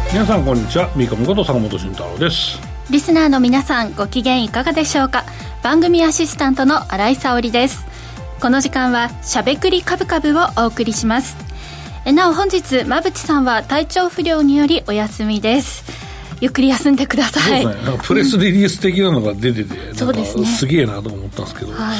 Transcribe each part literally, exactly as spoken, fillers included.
皆さんこんにちは。三上こと坂本慎太郎です。 リスナーの皆さんご機嫌いかがでしょうか。番組アシスタントの新井沙織です。この時間はしゃべくりカブカブをお送りします。えなお本日馬淵さんは体調不良によりお休みです。ゆっくり休んでください。 そうですね、なんかプレスリリース的なのが出てて、うん、 そうですね、 すげえなと思ったんですけど、はい、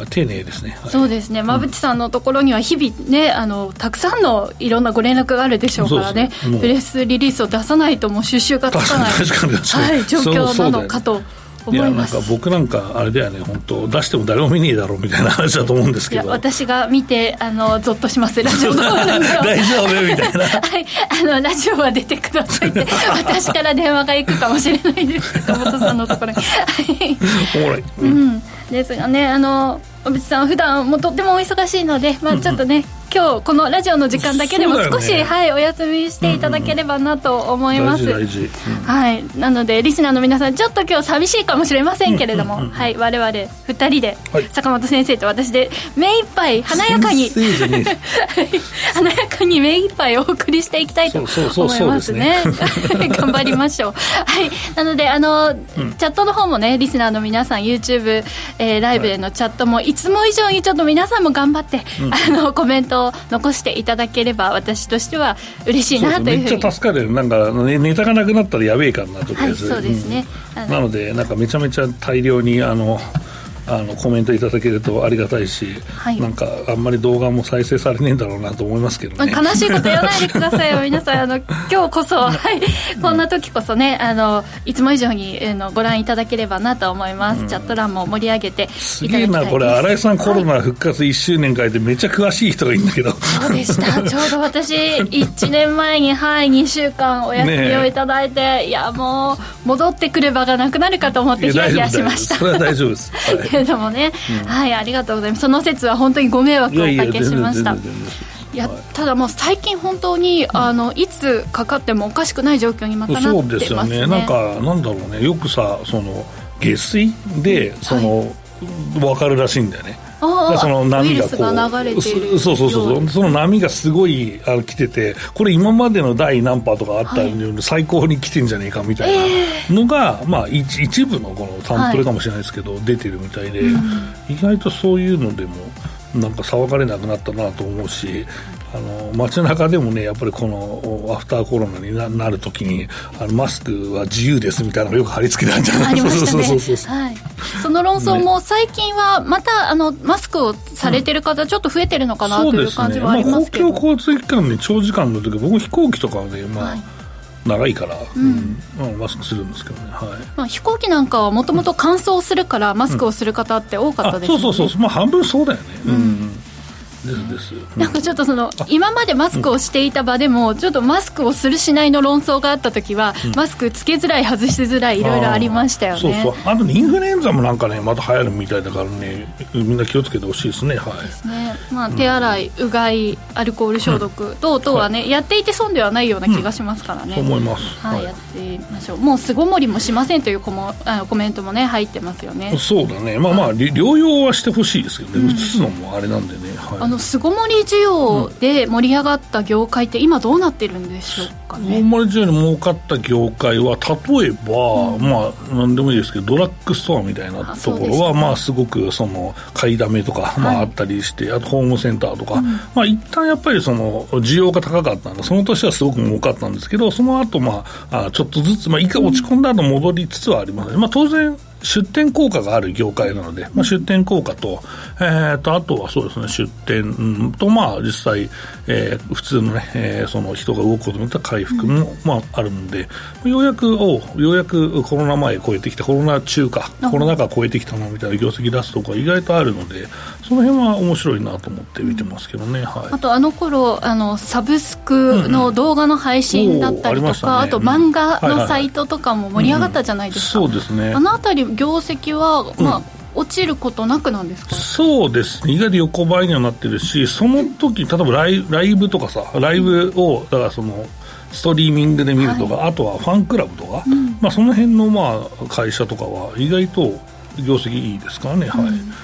丁寧ですね、はい、 そうですね。馬淵さんのところには日々ね、あのたくさんのいろんなご連絡があるでしょうからね、プレスリリースを出さないともう収集がつかない確かに確かに、 はい、状況なのかと思います。 いやなんか僕なんかあれだよね、本当出しても誰も見ねえだろうみたいな話だと思うんですけど、いや私が見てあのゾッとします。ラジオの方なんですよ大丈夫みたいな、はい、 あのラジオは出てくださいって私から電話が行くかもしれないです。坂本さんのところにおもろい、 うん、うん、ですがね、あの馬淵さん普段もとってもお忙しいので、まあ、ちょっとね、うんうん、今日このラジオの時間だけでも少し、ね、はい、お休みしていただければなと思います。 うんうん、大事大事、うん、 はい、なのでリスナーの皆さんちょっと今日寂しいかもしれませんけれども、うんうんうん、はい、我々ふたりで、はい、坂本先生と私で目いっぱい華やかに華やかに目いっぱいお送りしていきたいと思いますね。頑張りましょう。はい、なのであの、うん、チャットの方もね、リスナーの皆さん YouTube、えー、ライブでのチャットもいつも以上にちょっと皆さんも頑張って、うん、あのコメントを残していただければ私としては嬉しいなというふうに。 めっちゃ助かる。なんか、ね、ネタがなくなったらやべえかなとか、はい、 そうですね、 うん、なのでなんかめちゃめちゃ大量にあのあのコメントいただけるとありがたいし、はい、なんかあんまり動画も再生されねえんだろうなと思いますけどね。 悲しいこと言わないでくださいよ皆さん。あの今日こそ、はい、こんな時こそね、あのいつも以上にあのご覧いただければなと思います。うん、チャット欄も盛り上げていただきたいです。すげえなこれ。新井さんコロナ復活いっしゅうねんかいてめっちゃ詳しい人がいるんだけど、そうでしたちょうど私いちねんまえに、はい、にしゅうかんお休みをいただいて、ね、いやもう戻ってくる場がなくなるかと思ってヒヤヒヤしました。 それは大丈夫です、はい、 けれどもね、うん、はい、ありがとうございます。その説は本当にご迷惑をおかけしました。いやいや全然全然全然、いや、ただもう最近本当に、うん、あのいつかかってもおかしくない状況にまたなってますね。 そうですよね。なんかなんだろうね、よくさその下水でその、はい、分かるらしいんだよね。 あその波がこうウイルスが流れている、 そうそうそうそう、その波がすごいあの来てて、これ今までの第何波とかあったより、はい、最高に来てんじゃねえかみたいなのが、えーまあ、一, 一部のこのサンプルかもしれないですけど、はい、出てるみたいで、うん、意外とそういうのでもなんか騒がれなくなったなと思うし、あの街中でもね、やっぱりこのアフターコロナに な, なるときにあのマスクは自由ですみたいなのがよく貼り付けたんじゃないですか。 ありましたね。はい、その論争も最近はまたあのマスクをされてる方ちょっと増えてるのかな、うん、という感じはありますけど、 まあ、公共交通機関で長時間の時、僕も飛行機とかはね、まあ、はい、長いから、うんうん、マスクするんですけどね、はい、 まあ、飛行機なんかはもともと乾燥するからマスクをする方って多かったですよね。 うん、そうそうそう、まあ、半分そうだよね、うんうんですです、うん、 なんかちょっとその今までマスクをしていた場でも、うん、ちょっとマスクをするしないの論争があった時は、うん、マスクつけづらい外しづらいいろいろありましたよね。 そうそう、あとインフルエンザもなんかねまた流行るみたいだからね、みんな気をつけてほしいですね。はい、ですね、まあ、 手洗い、うがい、アルコール消毒等々はね、はい、やっていて損ではないような気がしますからね、 うん、そう思います、 はいはい、やってみましょう。もう巣ごもりもしませんというコモあのコメントもね入ってますよね。 そうだね、まあまあ療養はしてほしいですけどね、うん、移すのもあれなんでね、はい、 あの巣ごもり需要で盛り上がった業界って今どうなってるんでしょうかね。 巣ごもり需要に儲かった業界は例えば、うん、まあ何でもいいですけどドラッグストアみたいなところは、ね、まあすごくその買いだめとか、まあ、あったりして、はい、あとホームセンターとか、うん、まあ一旦やっぱりその需要が高かったんでその年はすごく儲かったんですけど、その後まああちょっとずつ、まあ、一回落ち込んだ後戻りつつはありますね。まあ当然出店効果がある業界なので、まあ、出店効果と、えー、とあとはそうですね、出店とまあ実際、えー、普通のね、えー、その人が動くことによった回復も、まあ、あるので、ようやくおようやくコロナ前超えてきた、コロナ中かコロナ禍超えてきたのみたいな業績出すところが意外とあるので、その辺は面白いなと思って見てますけどね、はい、 あとあの頃あのサブスクの動画の配信だったりとか、うんうん、 あ, ね、あと漫画のサイトとかも盛り上がったじゃないですか、 うんうん、そうですね。 あのあたり業績は、まあ、うん、落ちることなくなんですか。 そうですね、意外と横ばいにはなってるし、その時例えばライブ、ライブとかさ、ライブをだからそのストリーミングで見るとか、はい、あとはファンクラブとか、うん、まあ、その辺のまあ会社とかは意外と業績いいですからね、はい、 うん、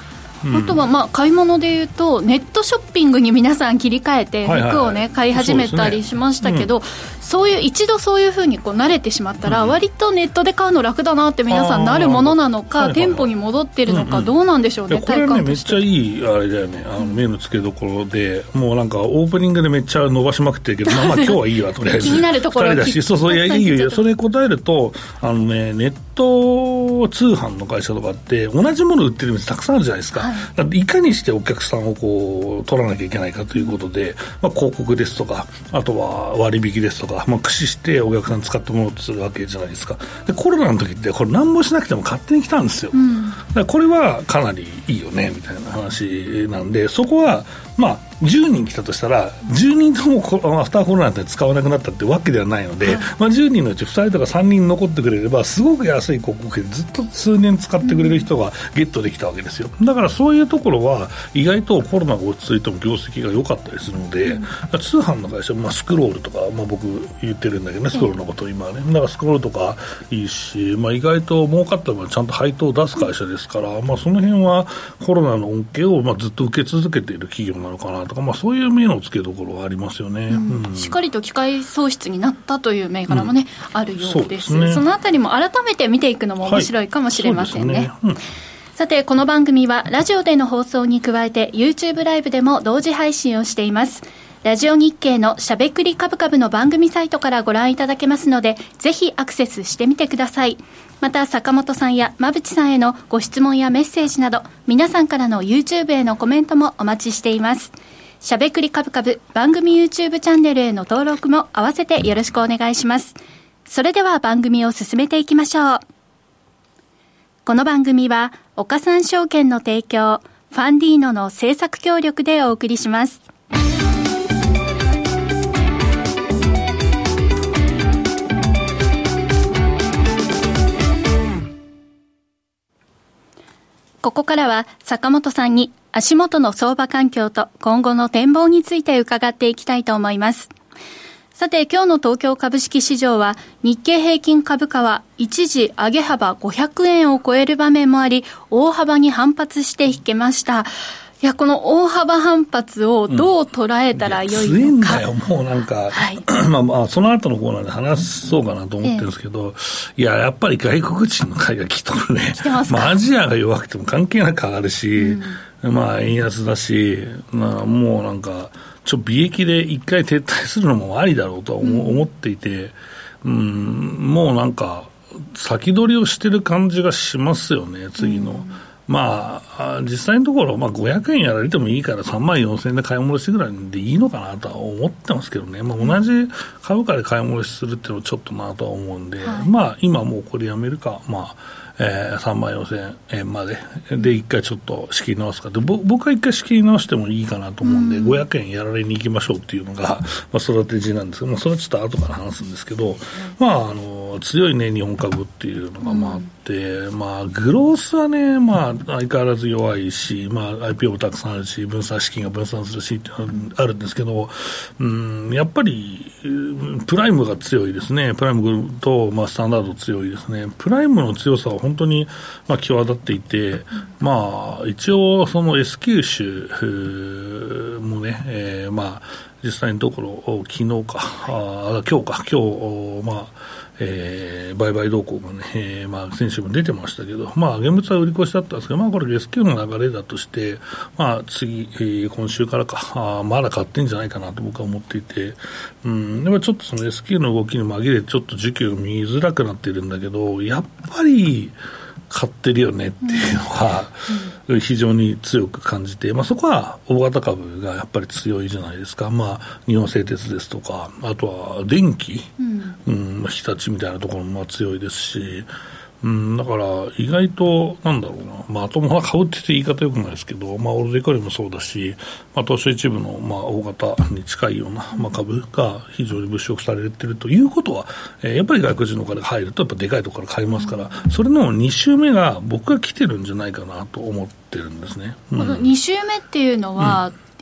うん、 あとはまあ買い物でいうとネットショッピングに皆さん切り替えて服をね買い始めたりしましたけど、そういう一度そういうふうにこう慣れてしまったら、割とネットで買うの楽だなって皆さんなるものなのか、店舗に戻ってるのか、どうなんでしょうね。 これねめっちゃいいあれだよね、あの目の付けどころで、もうなんかオープニングでめっちゃ伸ばしまくってるけど、まあまあ今日はいいわとりあえず気になるところだし、そうそういやいいよ、それ答えるとあのねネット通販の会社とかって同じもの売ってる店たくさんあるじゃないですか、はい、だからいかにしてお客さんをこう取らなきゃいけないかということで、まあ、広告ですとかあとは割引ですとか、まあ、駆使してお客さん使ってもらおうとするわけじゃないですか。でコロナの時ってこれ何もしなくても勝手に来たんですよ、うん、だからこれはかなりいいよねみたいな話なんで、そこはまあじゅうにん来たとしたらじゅうにんともアフターコロナって使わなくなったってわけではないので、はい、まあ、じゅうにんのうちふたりとかさんにん残ってくれればすごく安い広告でずっと数年使ってくれる人がゲットできたわけですよ。だからそういうところは意外とコロナが落ち着いても業績が良かったりするので、うん、通販の会社、まあ、スクロールとか、まあ、僕言ってるんだけどね、スクロールのことを今はね、だからスクロールとかいいし、まあ、意外と儲かったのはちゃんと配当を出す会社ですから、まあ、その辺はコロナの恩恵をまあずっと受け続けている企業なのかなとか、まあ、そういう目の付けどころはありますよね、うんうん、しっかりと機械喪失になったという銘柄もね、うん、あるようです。そうですね、そのあたりも改めて見ていくのも面白いかもしれませんね、はい、そうですね、うん、さてこの番組はラジオでの放送に加えて YouTube ライブでも同時配信をしています。ラジオ日経のしゃべくりカブカブの番組サイトからご覧いただけますので、ぜひアクセスしてみてください。また坂本さんや馬淵さんへのご質問やメッセージなど、皆さんからの YouTube へのコメントもお待ちしています。しゃべくりカブカブ番組 YouTube チャンネルへの登録も合わせてよろしくお願いします。それでは番組を進めていきましょう。この番組は岡三証券の提供、ファンディーノの制作協力でお送りします。ここからは坂本さんに足元の相場環境と今後の展望について伺っていきたいと思います。さて今日の東京株式市場は日経平均株価は一時上げ幅ごひゃくえんを超える場面もあり、大幅に反発して引けました。いや、この大幅反発をどう捉えたらよいのか、うん、いや強いんだよもうなんか、はい、まあまあその後のコーナーで話そうかなと思ってるんですけど、ええ、いややっぱり外国人の買いが来とるね。来てますか。まあアジアが弱くても関係なく上がるし、うん、まあ円安だし、まあ、もうなんかちょっと利益で一回撤退するのもありだろうとは思、うん、思っていて、うん、もうなんか先取りをしてる感じがしますよね次の、うん、まあ、実際のところ、まあ、ごひゃくえんやられてもいいからさんまんよんせんえんで買い戻しぐらいでいいのかなとは思ってますけどね、まあ、同じ株価で買い戻しするっていうのはちょっとなとは思うんで、はい、まあ、今もうこれやめるか、まあえー、さんまんよんせんえんまでで一回ちょっと仕切り直すかで、僕は一回仕切り直してもいいかなと思うんで、うん、ごひゃくえんやられに行きましょうっていうのが、まあ、ストラテジーなんですけど、まあ、それはちょっと後から話すんですけど、まあ、あの強いね日本株っていうのがまああって、うん、まあ、グロースはね、まあ、相変わらず弱いし、まあ、アイピーオー もたくさんあるし分散資金が分散するしっていうのがあるんですけど、うん、やっぱりプライムが強いですね。プライムと、まあ、スタンダード強いですね。プライムの強さは本当に、まあ、際立っていて、うん、まあ、一応その S 級種もね、えー、まあ実際のところ昨日か、はい、あ今日か今日まあえー、売買動向がね、えー、まあ先週も出てましたけど、まあ現物は売り越しだったんですけど、まあこれ S 級の流れだとして、まあ次、えー、今週からか、あまだ買ってんじゃないかなと僕は思っていて、うん、でもちょっとその S 級の動きに紛れてちょっと需給が見づらくなっているんだけど、やっぱり買ってるよねっていうのは非常に強く感じて、まあ、そこは大型株がやっぱり強いじゃないですか、まあ、日本製鉄ですとか、あとは電気、うんうん、日立みたいなところも強いですし、うん、だから意外となんだろうな、まあ、後も買うって言い方よくないですけど、まあ、オールデカリもそうだし、まあ、東証一部のまあ大型に近いようなまあ株が非常に物色されているということは、えー、やっぱり外国人のお金が入るとやっぱでかいところから買いますから、それのに週目が僕が来てるんじゃないかなと思ってるんですね、うん、 このに週目っていうのは、うん、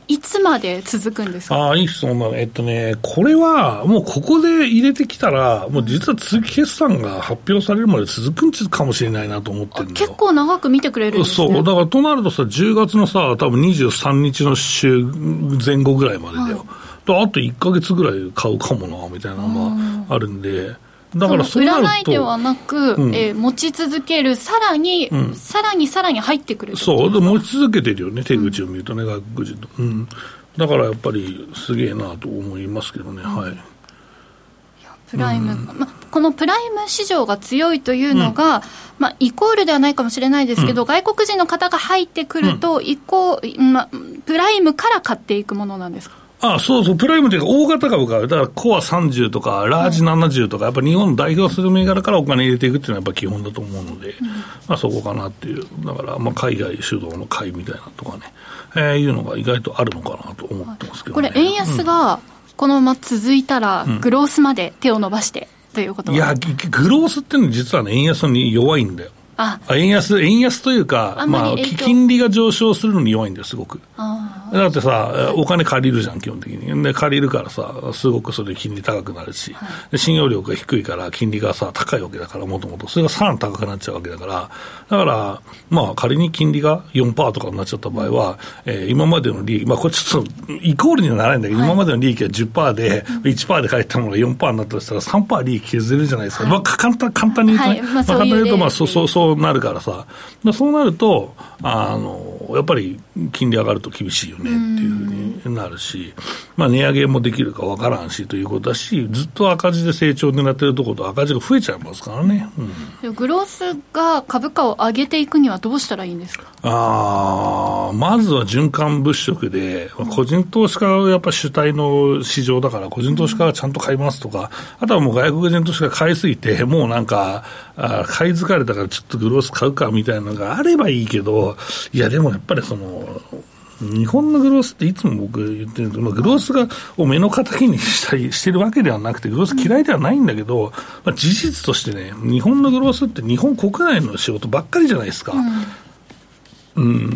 いつまで続くんですか？ ああ、いい質問だね。えっとね、これはもうここで入れてきたら、もう実は通期決算が発表されるまで続くんかもしれないなと思ってるんだよ。 結構長く見てくれるんですね。 そう。だからとなるとさ、じゅうがつのさ、多分にじゅうさんにちの週前後ぐらいまでだよ。はい、あといっかげつぐらい買うかもな、みたいなのがあるんで。だからそうなると占いではなく、うんえー、持ち続ける、さらに、うん、さらにさらに入ってくる。 そうで持ち続けてるよね、手口を見るとね、うん、外国人と、うん、だからやっぱりすげえなと思いますけどね、うん、はい。いやプライム、うんま、このプライム市場が強いというのが、うんまあ、イコールではないかもしれないですけど、うん、外国人の方が入ってくると、うん、イコーま、プライムから買っていくものなんですか？ ああそうそう、プライムというか大型株から、だからコアさんじゅうとかラージななじゅうとか、やっぱり日本の代表する銘柄からお金入れていくっていうのはやっぱ基本だと思うので、うんまあ、そこかなっていう、だからまあ海外主導の買いみたいなとかね、えー、いうのが意外とあるのかなと思ってますけどね。 これ円安がこのまま続いたら、グロースまで手を伸ばしてということは、 いやグロースっていうのは実は、ね、円安に弱いんだよ。あ円安、円安というか、あまあ、金利が上昇するのに弱いんだよ、すごく。あだってさ、お金借りるじゃん、基本的に。で、借りるからさ、すごくそれ金利高くなるし、はい、で信用力が低いから金利がさ、高いわけだから、もともと。それがさらに高くなっちゃうわけだから、だから、まあ、仮に金利が よんパーセント とかになっちゃった場合は、えー、今までの利益、まあ、これちょっと、イコールにはならないんだけど、はい、今までの利益は じゅっパーセント で、いちパーセント で返ったものが よんパーセント になったとしたら、さんパーセント 利益削れるじゃないですか。はい、まあ、簡単、簡単に言うとね、はいまあ、簡単に言うと、まあ、そう、そう、そうなるからさ、そうなるとあのやっぱり金利上がると厳しいよねっていうふうになるし、まあ、値上げもできるかわからんしということだし、ずっと赤字で成長を狙っているところと赤字が増えちゃいますからね、 うん、グロースが株価を上げていくにはどうしたらいいんですか？ あまずは循環物色で、個人投資家がやっぱ主体の市場だから個人投資家がちゃんと買いますとか、あとはもう外国人投資家が買いすぎてもうなんかあ買い疲れたからちょっとグロース買うかみたいなのがあればいいけど、いやでもやっぱりその日本のグロースっていつも僕言ってるんですけど、まあ、グロースがを目の敵にしたりしてるわけではなくて、グロース嫌いではないんだけど、まあ、事実としてね、日本のグロースって日本国内の仕事ばっかりじゃないですか、うんうん、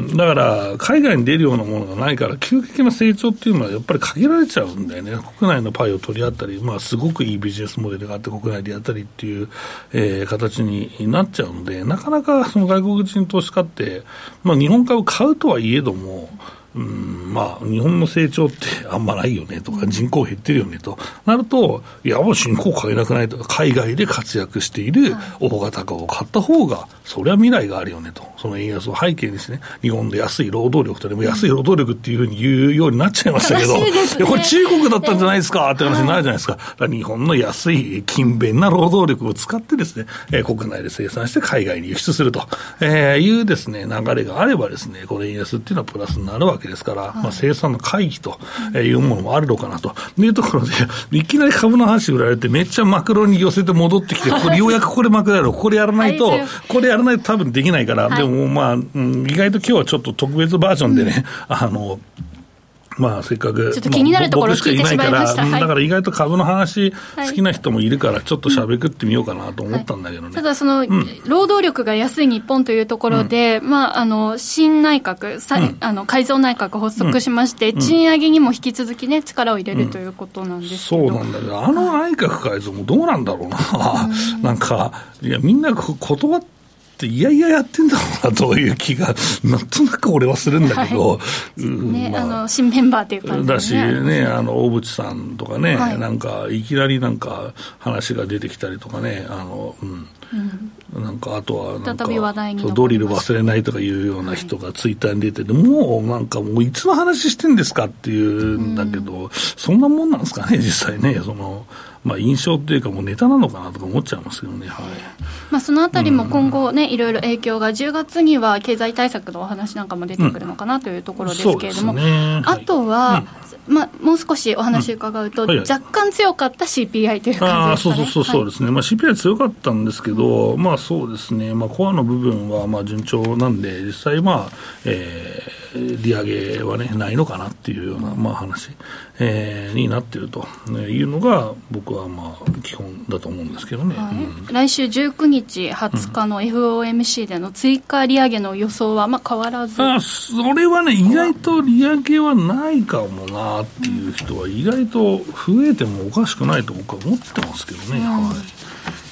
だから海外に出るようなものがないから急激な成長っていうのはやっぱり限られちゃうんだよね。国内のパイを取り合ったり、まあ、すごくいいビジネスモデルがあって国内でやったりっていう、えー、形になっちゃうので、なかなかその外国人投資家って、まあ、日本株買うとはいえども、うんまあ、日本の成長ってあんまないよねとか人口減ってるよねとなると、いやもう人口買えなくないとか、海外で活躍している大型株を買った方がそれは未来があるよねと、その円安を背景にしてね、日本で安い労働力とでも安い労働力っていうふうに言うようになっちゃいましたけど、ね、いやこれ中国だったんじゃないですかって話になるじゃないですか。だから日本の安い勤勉な労働力を使ってですね、えー、国内で生産して海外に輸出すると、えー、いうですね流れがあればですね、これ円安っていうのはプラスになるわけですから、はいまあ、生産の回帰というものもあるのかなというところで、いきなり株の話売られてめっちゃマクロに寄せて戻ってきて、これようやくこれマクロやろう、これやらないとこれやらないと多分できないから、はい、でもまあ、うん、意外と今日はちょっと特別バージョンでね、うん、あのまあ、せっかくちょっと気になるところを聞いてしまいました、 まあ、だから意外と株の話好きな人もいるからちょっとしゃべくってみようかなと思ったんだけどね、はい、 ただその、うん、労働力が安い日本というところで、うんまあ、あの新内閣、うん、あの改造内閣発足しまして、うん、賃上げにも引き続き、ね、力を入れるということなんですけど、 うん、そうなんだけど、あの内閣改造もどうなんだろうな、うん、なんかいやみんな断っていやいややってんだろうなという気がなんとなく俺はするんだけど、はいねまあ、あの新メンバーという感じ、ね、 だしね、あの大渕さんとかね、はい、なんかいきなりなんか話が出てきたりとかね、あの、うんうん、なんかあとはなんか再び話題にそうドリル忘れないとかいうような人がツイッターに出てて、はい、もうなんかもういつの話してんですかっていうんだけど、うん、そんなもんなんですかね実際ね、そのまあ、印象っていうかもうネタなのかなとか思っちゃいますけどね、はいまあ、そのあたりも今後ね、うん、いろいろ影響がじゅうがつには経済対策のお話なんかも出てくるのかなというところですけれども、うんね、あとは、うんまあ、もう少しお話伺うと、うんはいはい、若干強かった シーピーアイ という感じですかね。あそうそうそうそうですね、はいまあ、シーピーアイ 強かったんですけど、まあそうですね、まあ、コアの部分はまあ順調なんで実際まあ、えー利上げはねないのかなっていうような、まあ、話、えー、になっているというのが僕はまあ基本だと思うんですけどね、 はい、 うん、 来週じゅうくにちはつかの エフオーエムシー での追加利上げの予想はまあ変わらず、 あそれはね意外と利上げはないかもなっていう人は意外と増えてもおかしくないと僕は思ってますけどね、うん、はい、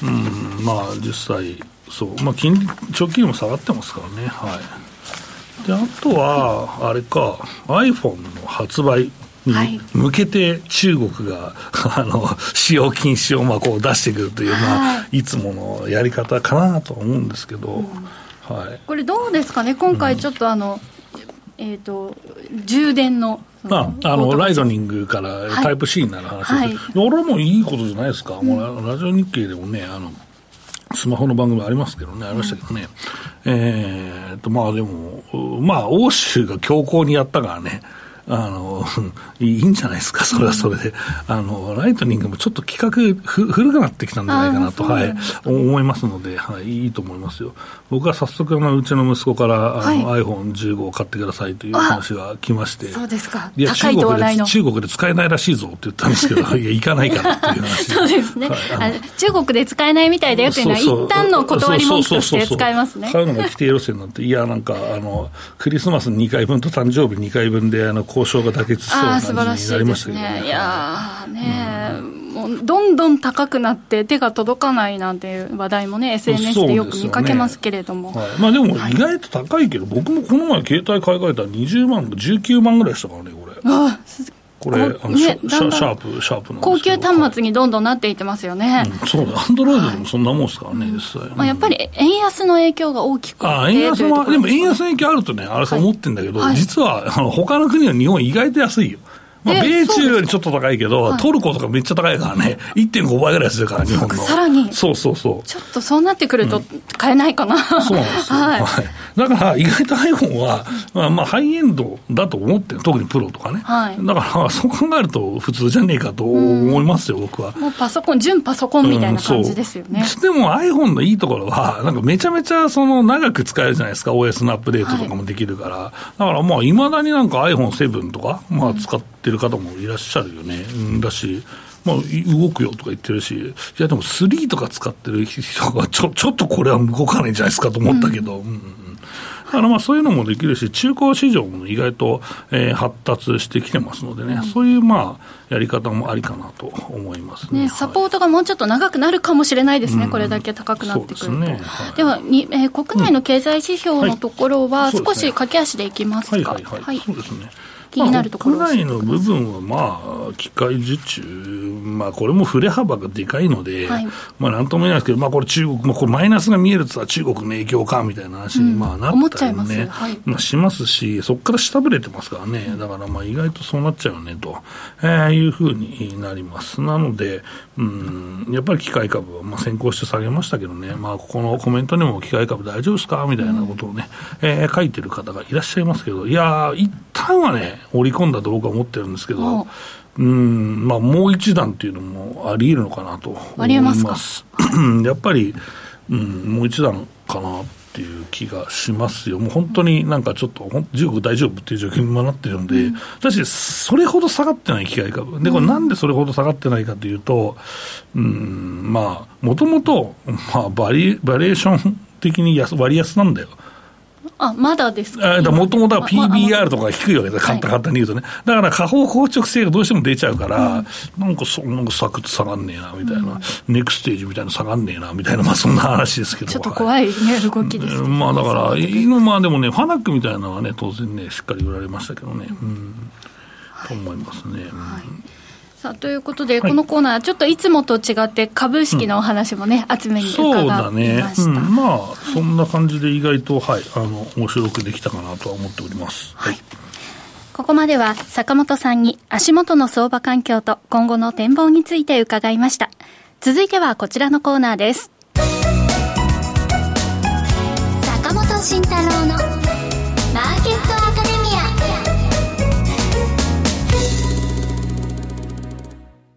うん、まあ実際そう、まあ、金利長期金利も下がってますからね、はい、であとはあれか iPhone の発売に向けて中国が、はい、あの使用禁止をまあこう出してくるという、まあ、いつものやり方かなとは思うんですけど、うん、はい、これどうですかね今回ちょっとあの、うん、えーと充電のああのライトニングからタイプ C になる話です、はいはい、俺はもういいことじゃないですか、うん、もうラジオ日経でもねあのスマホの番組ありますけどね、ありましたけどね、うん、えーとまあでもまあ欧州が強硬にやったからねあのいいんじゃないですかそれはそれで、うん、あのライトニングもちょっと規格ふ古くなってきたんじゃないかなと、はい、思いますので、はい、いいと思いますよ。僕は早速あのうちの息子からあの、はい、アイフォンじゅうご を買ってくださいという話が来まして、 そうですか、 いや高いと話題の中国で中国で使えないらしいぞって言ったんですけどいや行かないからっていう話そうですね、はい、あの中国で使えないみたいだよっていうのは一旦の断り文句として使えますね。 買うのが規定路線になっていやなんかあのクリスマスにかいぶんと誕生日にかいぶんであの交渉が妥結しそうな感じになりましたけどね。 いやーね、うん、もうどんどん高くなって手が届かないなんていう話題もね エスエヌエス でよく見かけますけれども、 はい、まあ、でも意外と高いけど、はい、僕もこの前携帯買い替えたらにじゅうまんじゅうきゅうまんぐらいしたからねこれ。あこれあの、ね、シャープシャープなんですけど高級端末にどんどんなっていってますよね、 うん、そうだアンドロイドでもそんなもんですからね、はい、実際、 まあ、やっぱり円安の影響が大きくて、 あ円安もでも円安の影響あるとねあれさ思ってるんだけど、はい、実はあの他の国は日本意外と安いよ。まあ、米中よりちょっと高いけど、はい、トルコとかめっちゃ高いからね いってんごばいぐらいするから日本のさらにそうそうそうちょっとそうなってくると買えないかな、うん、 そうなんですよ、はいはい、だから意外と iPhone は、まあ、まあハイエンドだと思ってる特にプロとかね、はい、だからそう考えると普通じゃねえかと思いますよ、うん、僕はもうパソコン純パソコンみたいな感じですよね、 うん、でも iPhone のいいところはなんかめちゃめちゃその長く使えるじゃないですか オーエス のアップデートとかもできるから、はい、だからまあいまだになんか アイフォンセブン とか、まあ、使ってる方もいらっしゃるおっしゃるよね、うん、だし、まあ、動くよとか言ってるし、いやでもスリーとか使ってる人がちょ、ちょっとこれは動かないんじゃないですかと思ったけど、うんうんうん、だからまあそういうのもできるし、中古市場も意外と、えー、発達してきてますのでね、うん、そういうまあやり方もありかなと思います ね, ねサポートがもうちょっと長くなるかもしれないですね、うん、これだけ高くなってくると。 そうですね、はい、ではに、えー、国内の経済指標のところは少し駆け足でいきますか。 はいはいはい、そうですね、 気になるところ、 まあ、国内の部分は、まあ、機械受注、まあ、これも振れ幅がでかいので、はい、まあ、なんとも言えないですけど、まあ、これ中国、まあ、これマイナスが見えるとさ、中国の影響かみたいな話に、まあ、なったりね、はい、まあ、しますし、そこから下振れてますからね、だからまあ意外とそうなっちゃうよねと、えー、いうふうになります。なので、うん、やっぱり機械株はまあ先行して下げましたけどね、まあ、ここのコメントにも機械株大丈夫ですかみたいなことをね、うん、えー、書いてる方がいらっしゃいますけど、いやー、一旦はね、織り込んだと僕は思ってるんですけど、うん、まあ、もう一段っていうのもあり得るのかなと思います。ます。やっぱり、うん、もう一段かなっていう気がしますよ。もう本当になんかちょっと中国大丈夫っていう状況になってるので、うん、私それほど下がってない機械株で、これなんでそれほど下がってないかというと、うん、まあもともとバリエーション的に安割安なんだよ。 あ、まだですか。 もともとは ピービーアール とか低いわけです、簡単簡単に言うとね、はい、だから下方硬直性がどうしても出ちゃうから、うん、なんかそなんかサクッと下がんねえなみたいな、うん、ネクステージみたいな下がんねえなみたいな、まあそんな話ですけど、 ちょっと怖いね動きです、ね、 まあだから今まあでもねファナックみたいなのはね当然ねしっかり売られましたけどね、うん、はい、と思いますね、うん、はい。 さあということで、はい、このコーナーちょっといつもと違って株式のお話もね、うん、厚めに伺いました。そうだね、 うん、まあそんな感じで意外と、はい、あの面白くできたかなとは思っております、はいはい。 ここまでは坂本さんに足元の相場環境と今後の展望について伺いました。続いてはこちらのコーナーです。坂本慎太郎のマーケットアカデミア。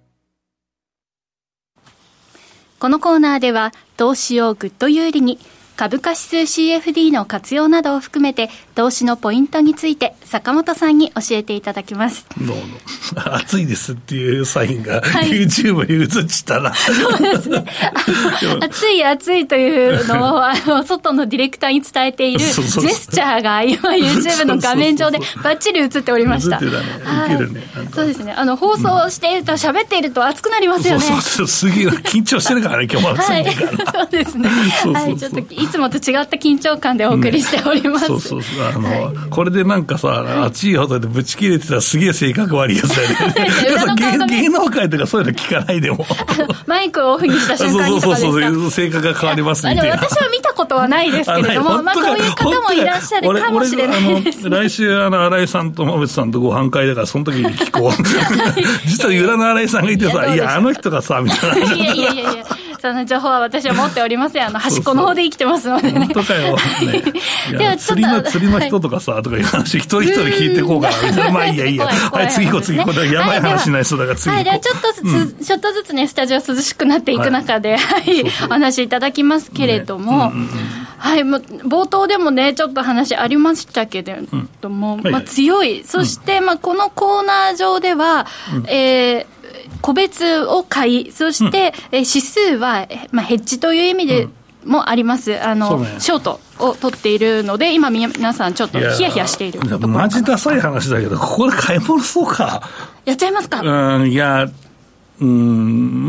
このコーナーでは投資をぐっと有利に株価指数 シーエフディー の活用などを含めて投資のポイントについて坂本さんに教えていただきます。 どうも暑いですっていうサインが、はい、YouTube に映っちたらそうですね暑い暑いというのをあの外のディレクターに伝えているジェスチャーが今 YouTube の画面上でバッチリ映っておりました。 映ってたね、はい、ウケるね。 そうですね、あの放送していると喋っていると熱くなりますよね。 そうそうそう、すげえ緊張してるからね今日も暑いから、 はい、そうですねそうそうそう、はい、ちょっといつもと違った緊張感でお送りしております、 ね、そうそうそう、あの、はい、これでなんかさ、はい、暑いほどでぶち切れてたらすげえ性格悪いやつだよね芸, 芸能界とかそういうの聞かないでもマイクをオフにした瞬間にとかですか。そうそうそうそう、性格が変わりますみたいな。私は見たことはないですけれども、まあ、こういう方もいらっしゃるかもしれないです、ね、 あの来週あの新井さんと馬渕さんとご飯会だからその時に聞こう実は裏の新井さんがいてさ、いや、いやあの人がさみたいな。いやいやいやいや、 その情報は私は持っておりません。あの端っこの方で生きてますのでね。 本当かよ、ね、では釣りの釣りの人とかさ、はい、とかいう話一人一人聞いていこうかなみたいな。まあいいやいいや、はい、次行こう次行こう、やばい話になりそうだから次行こう。はい、ではちょっとずつ、うん、ちょっとずつねスタジオ涼しくなっていく中で、はい、はい、そうそうお話しいただきますけれども、ね、うんうんうん、はい、もう冒頭でもねちょっと話ありましたけれども、うん、まあ、強い、そして、まあ、このコーナー上では、うん、えー個別を買い、そして、うん、え指数は、まあ、ヘッジという意味でもあります、あの、ね、ショートを取っているので今皆さんちょっとヒヤヒヤしているところかな。 マジダサい話だけどここで買い戻そうか。 やっちゃいますか。 うん、いや、うん、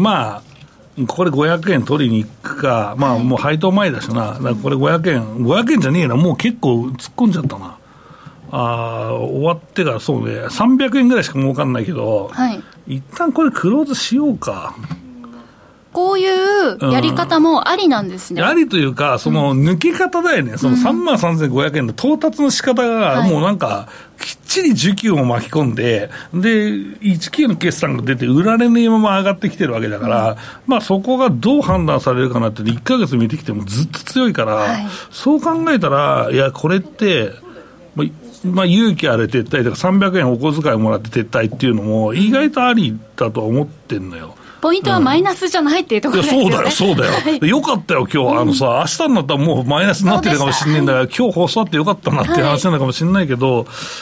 まあこれごひゃくえん取りに行くか、まあもう配当前だしな、だからこれごひゃくえんごひゃくえんじゃねえな、もう結構突っ込んじゃったな。あ、終わってからそうねさんびゃくえんぐらいしか儲かんないけど、はい、一旦これクローズしようか。 こういうやり方もありなんですね、 うん、ありというかその抜け方だよね、うん、そのさんまんさんぜんごひゃくえんの到達の仕方がもうなんかきっちり需給を巻き込んで、でいちきゅうの決算が出て売られねえまま上がってきてるわけだから、うん、まあそこがどう判断されるかなっていっかげつ見てきてもずっと強いから、はい、そう考えたらいやこれってまあ、勇気ある撤退とかさんびゃくえんお小遣いもらって撤退っていうのも意外とありだとは思ってんのよ。 ポイントはマイナスじゃないっていうところですよね、うん、 いやそうだよそうだよ、はい、よかったよ今日、あのさ、明日になったらもうマイナスになってるかもしれないんだから、今日放送あってよかったなっていう話なのかもしれないけど、はい、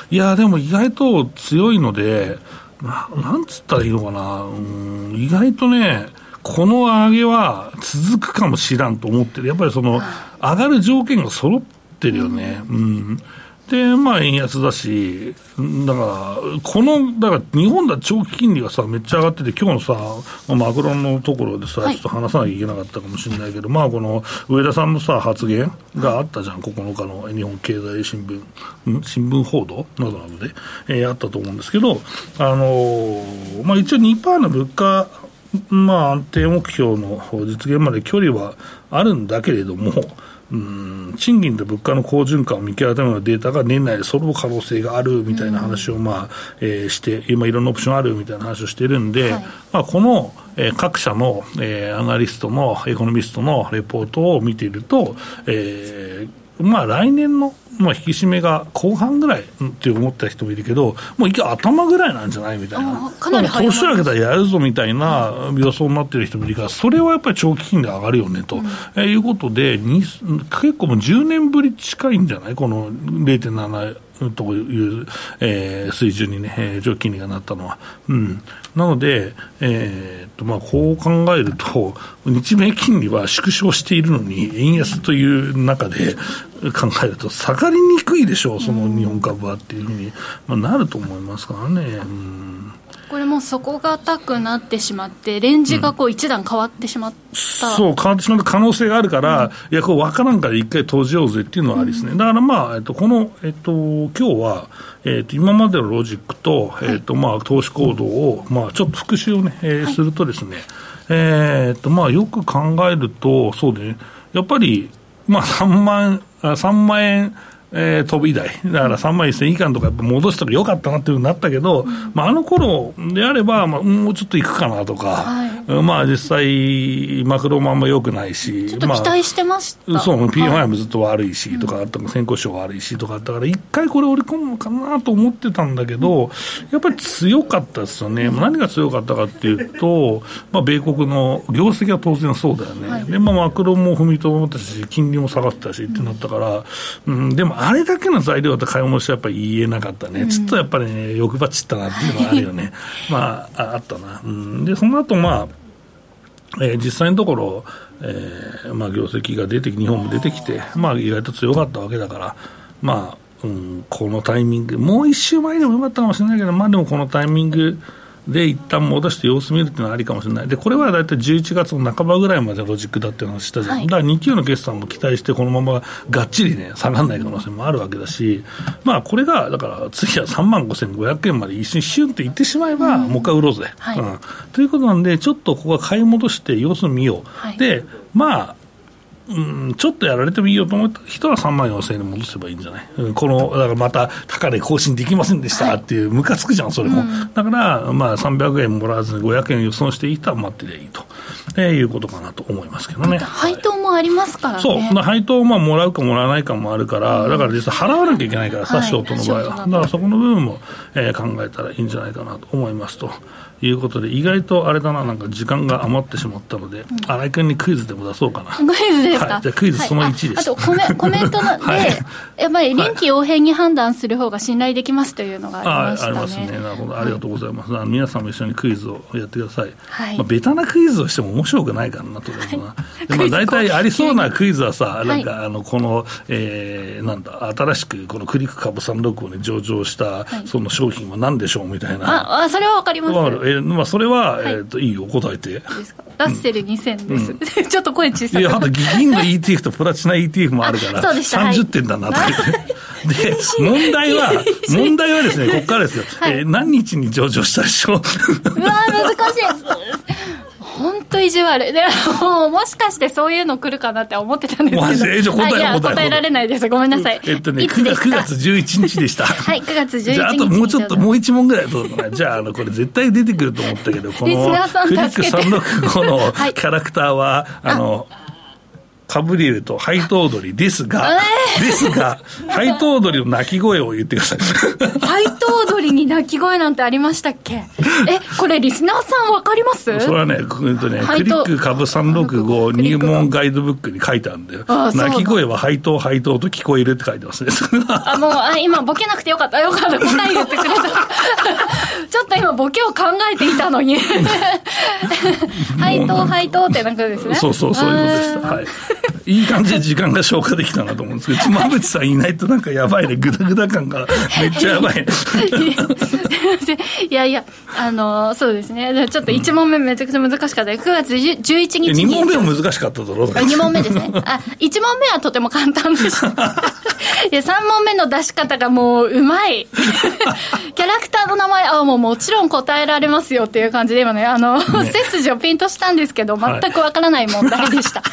いやでも意外と強いので な, なんつったらいいのかな、うん、意外とねこの上げは続くかもしらんと思ってる。やっぱりその上がる条件が揃ってるよね、うん、うんで、まあ円安だし、だから、この、だから日本だ長期金利がさ、めっちゃ上がってて、今日のさ、マクロンのところでさ、はい、ちょっと話さなきゃいけなかったかもしれないけど、まあこの上田さんのさ、発言があったじゃん、ここのかの日本経済新聞、新聞報道などなどで、えー、あったと思うんですけど、あのー、まあ一応 にパーセント の物価、まあ安定目標の実現まで距離はあるんだけれども、うん、賃金と物価の好循環を見極めるためのデータが年内で揃う可能性があるみたいな話を、まあえー、して今いろんなオプションあるみたいな話をしているんで、はい、まあ、この、えー、各社の、えー、アナリストのエコノミストのレポートを見ていると、えーまあ、来年の、まあ、引き締めが後半ぐらいって思った人もいるけど、もう一回頭ぐらいなんじゃないみたいな、かなり早い年明けたらやるぞみたいな予想になってる人もいるから、それはやっぱり長期金利上がるよねと、うん、えー、いうことでに結構もうじゅうねんぶり近いんじゃない、この ゼロてんななという、えー、水準にね、えー、長期金利がなったのは、うん、なので、えーっとまあ、こう考えると日米金利は縮小しているのに円安という中で考えると下がりにくいでしょう、その日本株はっていうふうに、まあ、なると思いますからね、うん、 これも底堅くなってしまってレンジがこう一段変わってしまった、 うん、そう変わってしまった可能性があるから、うん、いやこれ分からんから一回閉じようぜっていうのはありですね、うん、だからまあ、えっと、この、えっと、今日は、えっと、今までのロジックと、はい、えっとまあ、投資行動を、まあ、ちょっと復習をね、えーはい、するとですね、えーっとまあ、よく考えるとそうで、ね、やっぱり、まあ、さんまん、さんまん円えー、飛び台だからさんまんせん以下のとかやっぱ戻したらよかったなっていう風になったけど、うん、まあ、あの頃であれば、まあ、もうちょっといくかなとか、はい、まあ、実際マクロもあんま良くないしちょっと期待してました、 まあ、そう ピーエムアイ もずっと悪いしとか、はい、先行賞悪いしとかだから一回これ織り込むのかなと思ってたんだけど、やっぱり強かったですよね、うん、何が強かったかっていうと、まあ、米国の業績は当然そうだよね、はい、でまあ、マクロも踏みとどまったし金利も下がってたしってなったから、うん、でもあれだけの材料だと買い戻しはやっぱり言えなかったね、うん、ちょっとやっぱりね欲張っちったなっていうのはあるよねまあ あ, あったな、うん、でその後まあ、えー、実際のところ、えーまあ、業績が出て日本も出てきて、まあ、意外と強かったわけだからまあ、うん、このタイミングもう一週前でもよかったかもしれないけど、まあでもこのタイミングで一旦戻して様子見るっていうのはありかもしれない。でこれはだいたいじゅういちがつの半ばぐらいまでロジックだっていう話したじゃん、はい、だからに級の決算も期待してこのままがっちりね下がらない可能性もあるわけだし、まあこれがだから次はさんまんごせんごひゃくえんまで一瞬シュンっていってしまえば、うん、もう一回売ろうぜ、はい、うん、ということなんでちょっとここは買い戻して様子見よう、はい、でまあうん、ちょっとやられてもいいよと思った人はさんまんよんせんえんで戻せばいいんじゃない、うん、このだからまた高値更新できませんでしたっていうムカつくじゃんそれも、うん、だからまあさんびゃくえんもらわずにごひゃくえん予想していい人は待ってりゃいいと、えー、いうことかなと思いますけどね。 配当もありますからね。 そう配当をまあもらうかもらわないかもあるから、うん、だから実際払わなきゃいけないからさ、はい、ショートの場合はだからそこの部分も、えー、考えたらいいんじゃないかなと思いますということで、意外とあれだな、なんか時間が余ってしまったので、うん、新井君にクイズでも出そうかな。 クイズですか、 はい、じゃあクイズそのいちです、 はい、あ, あとコ メ, コメントで、はい、やっぱり臨機応変に判断する方が信頼できますというのがありましたね。 あ, ありますね。なるほど、ありがとうございます、はい、皆さんも一緒にクイズをやってください、はい、まあ、ベタなクイズをしても面白くないからなと思いますな、はい、でまあ、大体ありそうなクイズはさ、なんかあのこの、えー、なんだ新しくこのクリック株さんろくごに上場した、はい、その商品は何でしょうみたいな。 ああ、それは分かります、 えーまあ、それははい、えー、といいよ答えて。いいですか。 ラッセルにせんです、うん、ちょっと声小さく。 いや、あと銀の イーティーエフ とプラチナ イーティーエフ もあるからさんじゅってんだなとか言って、はい、で問題は問題はですね、ここからですよ、はい、えー、何日に上場したでしょう。うわー、難しいです本当意地悪でも, もしかしてそういうの来るかなって思ってたんですけど、マジで答え、 答え、 答えられないです、ごめんなさい。 えっとね、くがつじゅういちにちでしたはいくがつじゅういちにち。じゃああともうちょっともう一問ぐらいどうかな。じゃあ、あのこれ絶対出てくると思ったけど、このクリックさんろくごのキャラクターは、はい、あのカブリエルとハイトオドリですが、えー、ですがハイトオドリの鳴き声を言ってください。 ハイトオドリに鳴き声なんてありましたっけ？え、これリスナーさん分かります？ それはね、えっとね、クリック株さんろくご入門ガイドブックに書いてあるんだよ。鳴き声はハイトハイトと聞こえるって書いてますね。 あ、もうあ今ボケなくてよかったよかった、答え言ってくれた。ちょっと今ボケを考えていたのに。ハイトハイトってなんかですね。 そうそうそういうことでした。はい。いい感じで時間が消化できたなと思うんですけど、妻夫木さんいないとなんかやばいね、グダグダ感がめっちゃやばいね。 いやいや、あのー、そうですね、ちょっといち問目めちゃくちゃ難しかったで、くがつじゅういちにちにに問目も難しかっただろう。 に問目ですね。あ、いち問目はとても簡単でした。いや、さん問目の出し方がもううまい。キャラクターの名前、あ、もうもちろん答えられますよっていう感じで今ね、あの、ね、背筋をピンとしたんですけど、全くわからない問題でした。はい、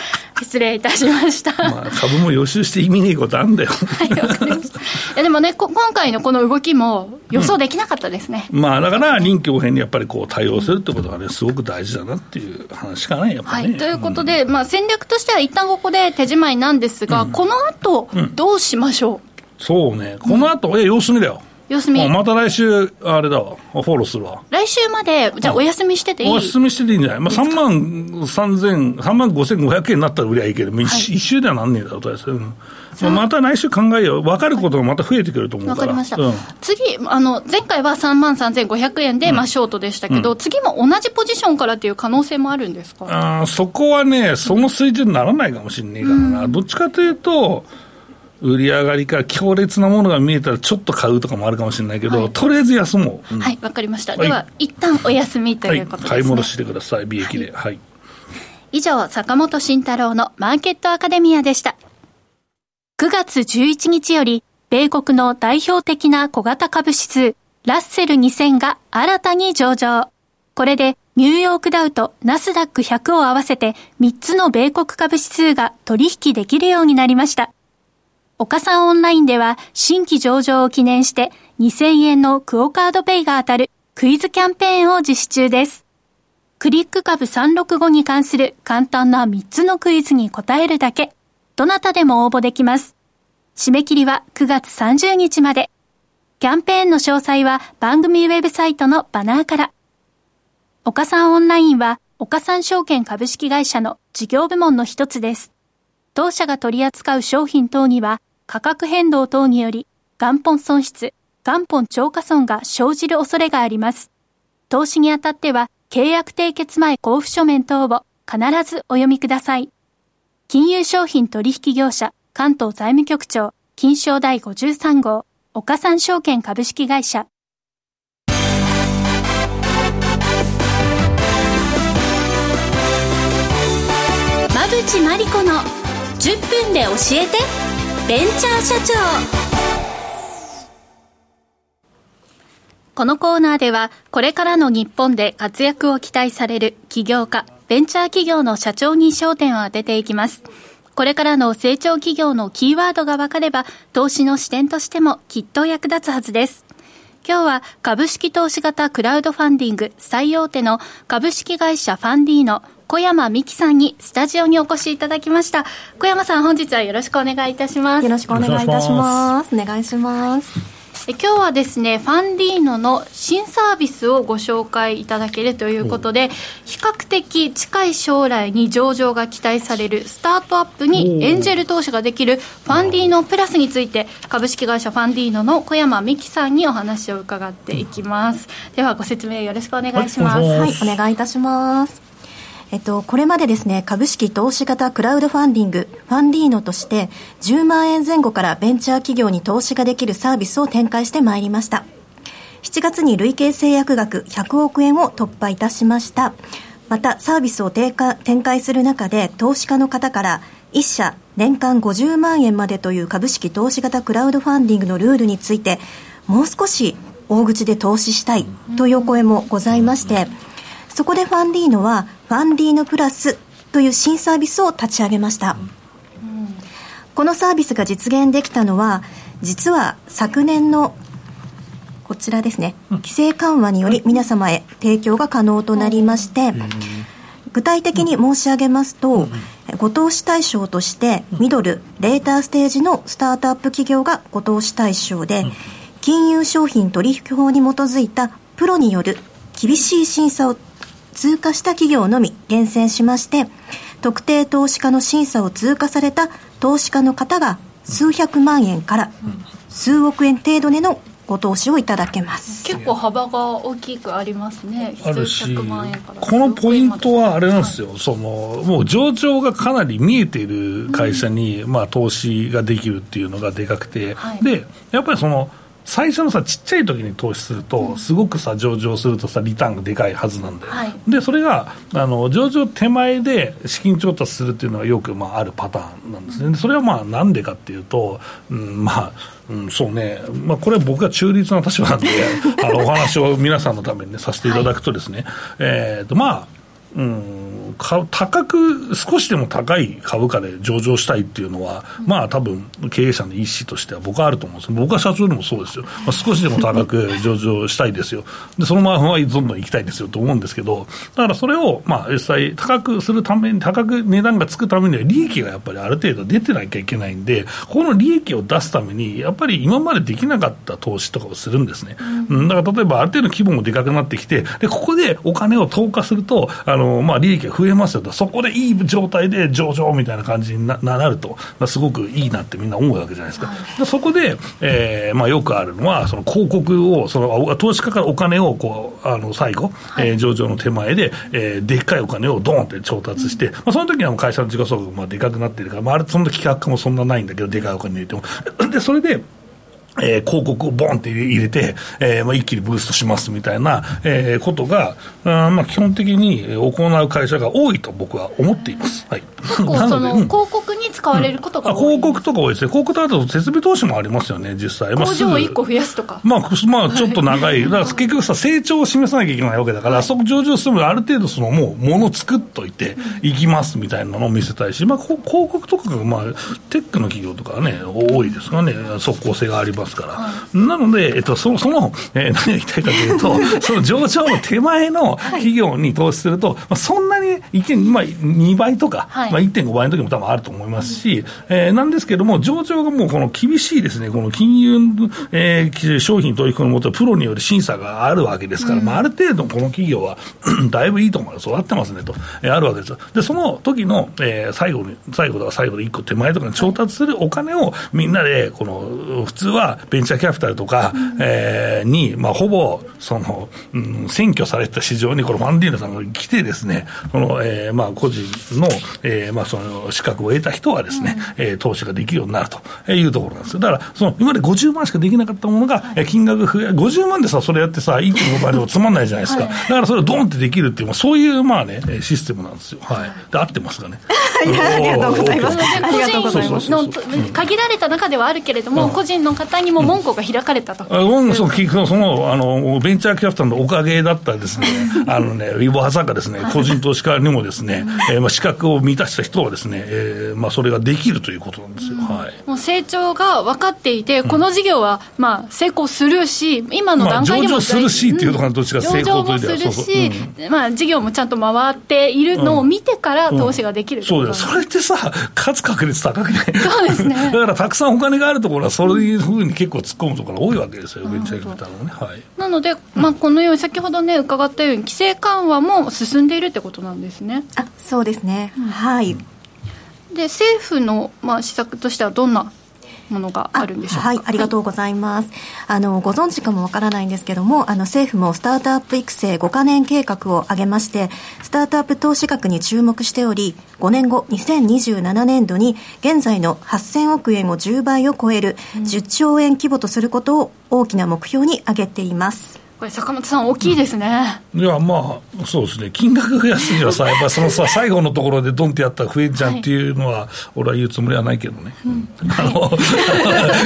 失礼いたしました。 まあ、株も予習して意味ねえことあるんだよ。 はい、わかりました。いやでもね、今回のこの動きも予想できなかったですね。 うん、まあだから臨機応変にやっぱりこう対応するってことがね、すごく大事だなっていう話かね、やっぱりね。 はい、ということで、うん、まあ戦略としては一旦ここで手仕まいなんですが、うん、この後どうしましょう。うん、 そうね、この後、うん、え様子見だよ。 様子見。 また来週あれだわ、フォローするわ。 来週までじゃあお休みしてていい？ お休みしてていいんじゃない？まあさんまんさんぜん、さんまんごせんごひゃくえんになったら売りゃいいけど、はい、一週ではなんねえだろうとりあえず。うんまた来週考えよう。分かることがまた増えてくると思うから。 分かりました、うん、次あの前回はさんまんさんぜんごひゃくえんで、うんまあ、ショートでしたけど、うん、次も同じポジションからっていう可能性もあるんですか？ あそこはねその水準にならないかもしれないからな、うん、どっちかというと売り上がりから強烈なものが見えたらちょっと買うとかもあるかもしれないけど、はい、とりあえず休もう、うん、 はいわかりました、はい、では一旦お休みということですね、 はい、買い戻してください利益で、はいはい、 以上坂本慎太郎のマーケットアカデミアでした。くがつじゅういちにちより米国の代表的な小型株指数ラッセルにせんが新たに上場。これでニューヨークダウとナスダックひゃくを合わせてみっつの米国株指数が取引できるようになりました。 岡三オンラインでは新規上場を記念してにせんえんのクオカードペイが当たるクイズキャンペーンを実施中です。クリック株さんろくごに関する簡単なみっつのクイズに答えるだけ。どなたでも応募できます。締め切りはくがつさんじゅうにちまで。キャンペーンの詳細は番組ウェブサイトのバナーから。岡三オンラインは岡三証券株式会社の事業部門の一つです。当社が取り扱う商品等には価格変動等により元本損失、元本超過損が生じる恐れがあります。投資にあたっては契約締結前交付書面等を必ずお読みください。金融商品取引業者関東財務局長金商第ごじゅうさん号岡三証券株式会社。馬淵真理子のじゅっぷんで教えてベンチャー社長。このコーナーではこれからの日本で活躍を期待される起業家、ベンチャー企業の社長に焦点を当てていきます。これからの成長企業のキーワードが分かれば投資の視点としてもきっと役立つはずです。今日は株式投資型クラウドファンディング最大手の株式会社ファンディーノ小山美希さんにスタジオにお越しいただきました。小山さん、本日はよろしくお願いいたします。 よろしくお願いいたします。お願いします。 え今日はですね、ファンディーノの新サービスをご紹介いただけるということで、比較的近い将来に上場が期待されるスタートアップにエンジェル投資ができるファンディーノプラスについて、株式会社ファンディーノの小山美希さんにお話を伺っていきます。ではご説明よろしくお願いします。 はい、お願いいたします。えっと、これまでですね、株式投資型クラウドファンディングファンディーノとしてじゅうまんえん前後からベンチャー企業に投資ができるサービスを展開してまいりました。しちがつに累計制約額ひゃくおくえんを突破いたしました。またサービスを展開する中で投資家の方からいっ社年間ごじゅうまんえんまでという株式投資型クラウドファンディングのルールについてもう少し大口で投資したいというお声もございまして、そこでファンディーノはファンディーノプラスという新サービスを立ち上げました、うん、このサービスが実現できたのは実は昨年のこちらですね、規制緩和により皆様へ提供が可能となりまして、具体的に申し上げますと、ご投資対象としてミドルレーターステージのスタートアップ企業がご投資対象で、金融商品取引法に基づいたプロによる厳しい審査を通過した企業のみ厳選しまして、特定投資家の審査を通過された投資家の方が数百万円から数億円程度でのご投資をいただけます。 結構幅が大きくありますね。 あるし、このポイントはあれなんですよ、はい、そのもう上場がかなり見えている会社に、うんまあ、投資ができるっていうのがでかくて、はい、でやっぱりその最初のさちっちゃい時に投資するとすごくさ上場するとさリターンがでかいはずなんだよ、はい、でそれがあの上場手前で資金調達するっていうのがよく、まあ、あるパターンなんですね。でそれはまあなんでかっていうと、うん、まあ、うん、そうね、まあ、これは僕が中立な立場なんであのお話を皆さんのために、ね、させていただくとですね、はい、えーとまあうんか高く少しでも高い株価で上場したいっていうのは、うん、まあ多分経営者の意思としては僕はあると思うんです。僕は社長でもそうですよ、まあ、少しでも高く上場したいですよでそのままどんどん行きたいですよと思うんですけど、だからそれをまあ実際高くするために高く値段がつくためには利益がやっぱりある程度出てなきゃいけないんで、この利益を出すためにやっぱり今までできなかった投資とかをするんですね、うん、だから例えばある程度規模もでかくなってきて、でここでお金を投下するとあのまあ、利益が増えますよと、そこでいい状態で上場みたいな感じに な, なると、まあ、すごくいいなってみんな思うわけじゃないですか、はい、でそこで、えーまあ、よくあるのはその広告をその投資家からお金をこうあの最後、はいえー、上場の手前で、えー、でっかいお金をドーンって調達して、うんまあ、その時にはもう会社の時価総額がでかくなってるから、まあ、あれそんな企画もそんなないんだけどでかいお金入れてもでそれでえー、広告をボンって入れて、えーまあ、一気にブーストしますみたいな、えー、ことが、あまあ、基本的に行う会社が多いと僕は思っています。はい。 結構その広告に使われることが多い、 うん、広告とか多いですね。広告だと設備投資もありますよね、実際。 工場をいっこ増やすとか。 まあ、まあ、ちょっと長い。だから結局さ、成長を示さなきゃいけないわけだから、はい、そこ上場するのである程度そのもう、ものを作っといていきますみたいなのを見せたいし、まあ、広告とかが、まあ、テックの企業とかはね、多いですからね、即効性がありますから。はい、なので、えっと、その、その、えー、何が言いたいかというと、その上場の手前の企業に投資すると、はい、まあ、そんなにいけ、まあ、にばいとか、はい、まあ、いってんごばいの時も多分あると思いますし、うん、えー、なんですけども、上場がもうこの厳しいですね、この金融、えー、商品取引のもとプロによる審査があるわけですから、うん、まあ、ある程度この企業はだいぶいいと思います、育ってますねと、えー、あるわけですよ。で、その時の、えー、最後に、最後とか最後でいっこ手前とかに調達するお金をみんなで、この、普通はベンチャーキャピタルとか、うん、えー、に、まあ、ほぼ、その、うん、占拠された市場に、このファンディーナさんが来てですね、この、えー、まあ、個人の、えー、まあ、その、資格を得た人はですね、うん、えー、投資ができるようになるというところなんですよ。だから、その、今までごじゅうまんしかできなかったものが、はい、金額増え、ごじゅうまんでさ、それやってさ、いってんごばいでもつまんないじゃないですか。はい、だから、それをドンってできるっていう、まあ、そういう、まあね、システムなんですよ。はい。で、合ってますかね。 いや、ありがとうございます。ありがとうございます。 の限られた中ではあるけれども、うん、個人の方にも門戸が開かれたと。 うん、その、その、あの、ベンチャーキャピタルのおかげだったらですね、あのね、まさかですね、個人投資家にもですね、えー、まあ、資格を満たした人はですね、えー、まあ、それができるということなんですよ。うん、はい。 もう成長が分かっていて、この事業は、まあ、成功するし、今の段階でも、 まあ、上場するしっていうところがどっちか成功という上場もするし、うん、まあ、事業もちゃんと回っているのを見てから投資ができる、うん、 そうだよ。それってさ、勝つ確率高くない？ そうですね。 だからたくさんお金があるところはそういうふうに結構突っ込むところが多いわけですよ、ベンチャーキャピタルもね。はい。 なので、まあ、このように先ほどね伺ったように規制緩和も進んでいるってことなんですね。 あ、そうですね。うん、はい。 で、政府の、まあ、施策としてはどんなものがあるんでしょうか。 はい、ありがとうございます。あのご存知かもわからないんですけども、あの政府もスタートアップ育成ごかねん計画を挙げまして、スタートアップ投資額に注目しており、ごねんごにせんにじゅうななねんどに現在のはっせんおくえんをじゅうばいを超えるじゅっちょうえん規模とすることを大きな目標に挙げています。 これ坂本さん大きいですね。 うん、いや、まあそうですね、金額増やすにはさ、やっぱりそのさ最後のところでドンってやったら増えんじゃんっていうのは、はい、俺は言うつもりはないけどね。うん、あの、はい、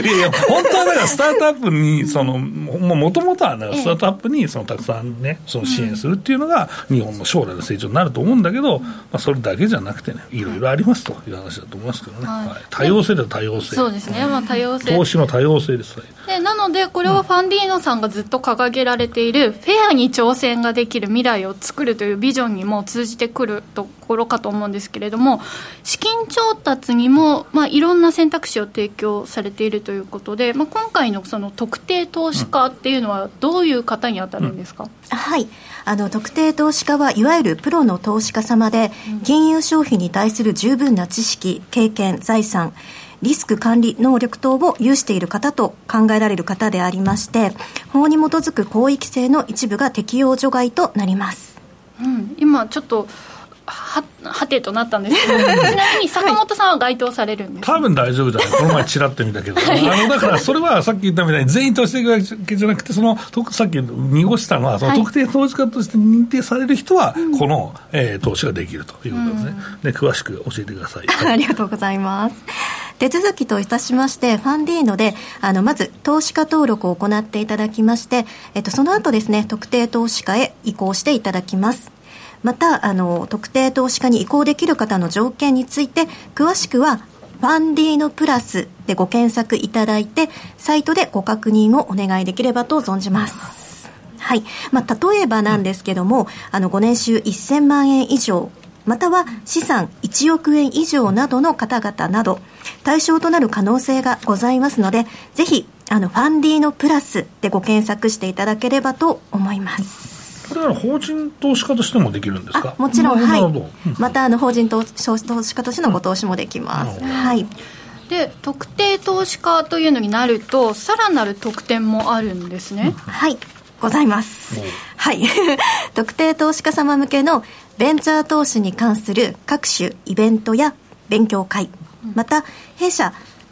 いやいや本当はだからスタートアップにそのもともとはね、スタートアップにそのたくさんねその支援するっていうのが日本の将来の成長になると思うんだけど、うん、まあ、それだけじゃなくてね、いろいろありますという話だと思いますけどね。はいはい、多様性だと多様性。 そうですね、まあ、多様性。 投資の多様性です。 でなのでこれはファンディーノさんがずっと掲げられているフェアに挑戦ができる未来を作るというビジョンにも通じてくるところかと思うんですけれども、資金調達にも、まあ、いろんな選択肢を提供されているということで、まあ、今回のその特定投資家っていうのはどういう方に当たるんですか？ うん、はい、あの特定投資家はいわゆるプロの投資家様で、金融商品に対する十分な知識、経験、財産、リスク管理能力等を有している方と考えられる方でありまして、法に基づく広域性の一部が適用除外となります。 うん、今ちょっとは, はてとなったんですけどちなみに坂本さんは該当されるんですか？ 多分大丈夫じゃない。この前ちらっと見たけどあのだからそれはさっき言ったみたいに全員投資していくわけじゃなくて、そのさっき濁したのはその特定投資家として認定される人はこの、はい、えー、投資ができるということですね。で詳しく教えてください。 ありがとうございます。手続きといたしまして、ファンディーノであのまず投資家登録を行っていただきまして、えっと、その後ですね、特定投資家へ移行していただきます。またあの特定投資家に移行できる方の条件について詳しくはファンディーノプラスでご検索いただいて、サイトでご確認をお願いできればと存じます。はい、まあ、例えばなんですけども、あのご年収せんまんえん以上、または資産いちおくえん以上などの方々など対象となる可能性がございますので、ぜひあのファンディーノプラスでご検索していただければと思います。 これは法人投資家としてもできるんですか？ もちろん、はい、うん、またあの法人投資家としてのご投資もできます。うん、はい。 で特定投資家というのになるとさらなる特典もあるんですね。うん、 はい、ございます。はい特定投資家様向けのベンチャー投資に関する各種イベントや勉強会、また弊社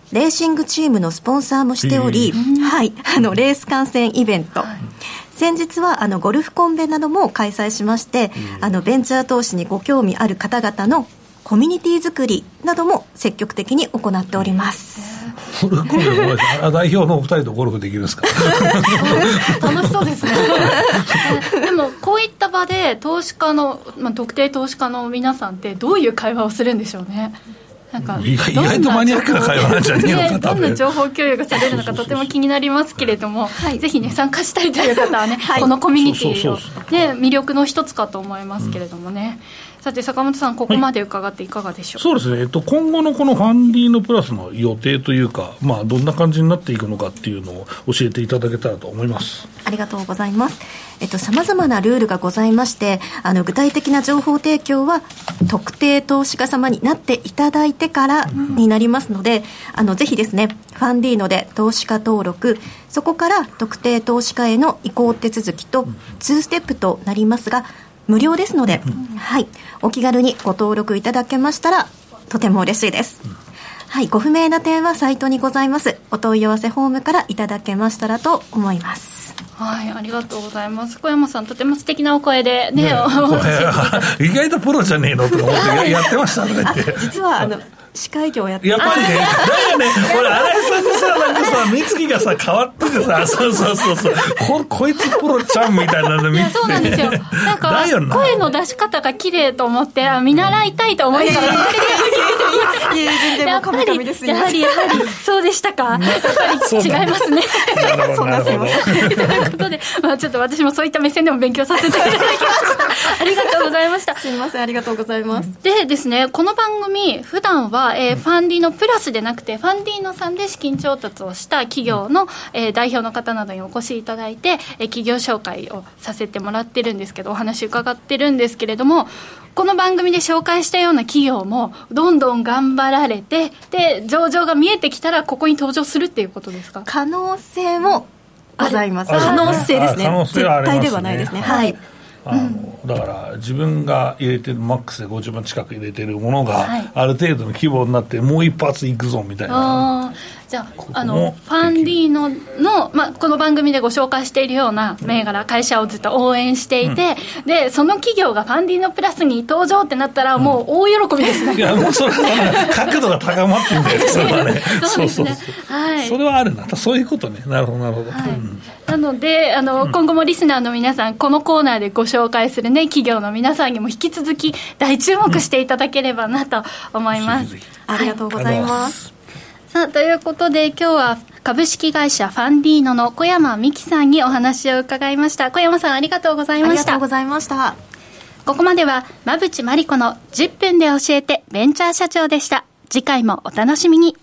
レーシングチームのスポンサーもしており、はい、あのレース観戦イベント、はい、先日はあのゴルフコンペなども開催しまして、あのベンチャー投資にご興味ある方々のコミュニティ作りなども積極的に行っております。 代表のお二人とゴルフできるんですか？ 楽しそうですね。でもこういった場で投資家の、まあ、特定投資家の皆さんってどういう会話をするんでしょうね。なんか意外とマニアックな会話なんじゃねえのか、 どんな情報共有がされるのかとても気になりますけれども、はい、ぜひね参加したいという方はね、はい、このコミュニティを、ね、魅力の一つかと思いますけれどもね、うん、さて坂本さんここまで伺っていかがでしょう。 はい、そうですね、えっと、今後のこのファンディーノプラスの予定というか、まあ、どんな感じになっていくのかっていうのを教えていただけたらと思います。 ありがとうございます。えっと、様々なルールがございまして、あの具体的な情報提供は特定投資家様になっていただいてからになりますので、うん、あのぜひですねファンディーノで投資家登録、そこから特定投資家への移行手続きとにステップとなりますが無料ですので、うん、はい、お気軽にご登録いただけましたらとても嬉しいです。うん、はい、ご不明な点はサイトにございますお問い合わせフォームからいただけましたらと思います。 はい、ありがとうございます。小山さんとても素敵なお声でね、ね意外とプロじゃねえのとか思ってやってましたね。 実はあの司会業やってやっぱりね、だよね、俺新井さんのさなんかさ目つきがさ変わっててさ、そうそうそうそう、こ, こいつプロちゃんみたいなの見て、 そうなんですよ。なんか声の出し方が綺麗と思って見習いたいと思いながら、 いや全然もうカミカミですよ。 やはりやはりそうでしたか。やっぱり違いますね。 そんなすいません。 ということで、まあちょっと私もそういった目線でも勉強させていただきました。ありがとうございました。 すみません、ありがとうございます。 でですね、この番組普段はえー、ファンディーノプラスでなくてファンディーノさんで資金調達をした企業の、えー、代表の方などにお越しいただいて、えー、企業紹介をさせてもらってるんですけど、お話伺ってるんですけれども、この番組で紹介したような企業もどんどん頑張られて、で上場が見えてきたらここに登場するっていうことですか？ 可能性もございます。可能性ですね。 可能性はありますね。 絶対ではないですね。はい。 あのだから自分が入れてるマックスでごじゅうまん近く入れてるものがある程度の規模になってもう一発いくぞみたいな。 あ、じゃあ、あのファンディーノの、まあ、この番組でご紹介しているような銘柄、会社をずっと応援していて、うん、でその企業がファンディーノプラスに登場ってなったらもう大喜びですね。 いやもうそれは角度が高まってるんだよ。それはね。 そうですね。はい。 それはあるな。そういうことね。なるほどなるほど。はい、うん、 なのであの、うん、今後もリスナーの皆さんこのコーナーでご紹介するね企業の皆さんにも引き続き大注目していただければなと思います。うん、 ありがとうございます。 さあということで今日は株式会社ファンディーノの小山美希さんにお話を伺いました。小山さんありがとうございました。ありがとうございました。 ここまでは馬淵真理子のじゅっぷんで教えてベンチャー社長でした。次回もお楽しみに。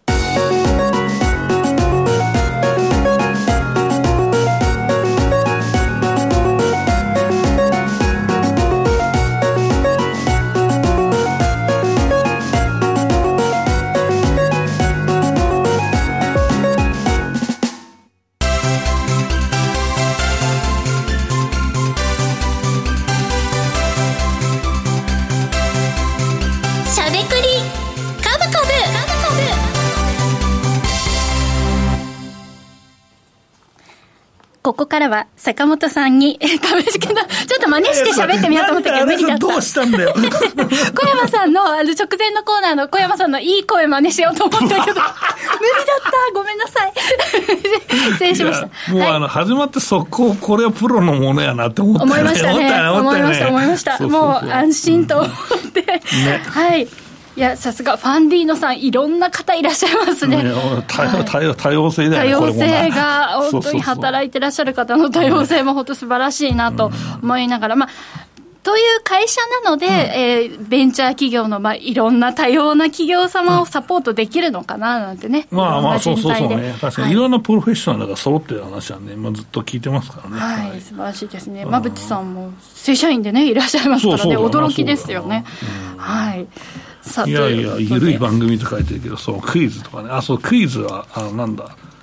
ここからは坂本さんに株式のちょっと真似して喋ってみようと思ったけど無理だった。 どうしたんだよ。 小山さんのあの直前のコーナーの小山さんのいい声真似しようと思ったけど無理だった。ごめんなさい。失礼しました。 もう、はい、あの始まって速攻これはプロのものやなって思ったよね。 思いましたね。思いました思いました。 そうそうそう、 もう安心と思って、ね、はい。いやさすがファンディーノさんいろんな方いらっしゃいますね。 多様、多様、多様性だよね。 多様性が本当に働いてらっしゃる方の多様性も本当素晴らしいなと思いながら、まあという会社なので、うん、えー、ベンチャー企業の、まあ、いろんな多様な企業様をサポートできるのかななんてね、 うん、まあまあそうそうそうね、確かにいろんなプロフェッショナルが揃ってる話はね、まあ、ずっと聞いてますからね。 はい、はい、素晴らしいですね。馬淵さんも正社員でねいらっしゃいますからね、驚きですよね。うん、はい。 さいやいや緩い番組と書いてるけど、そうクイズとかね、あそうクイズはあなんだ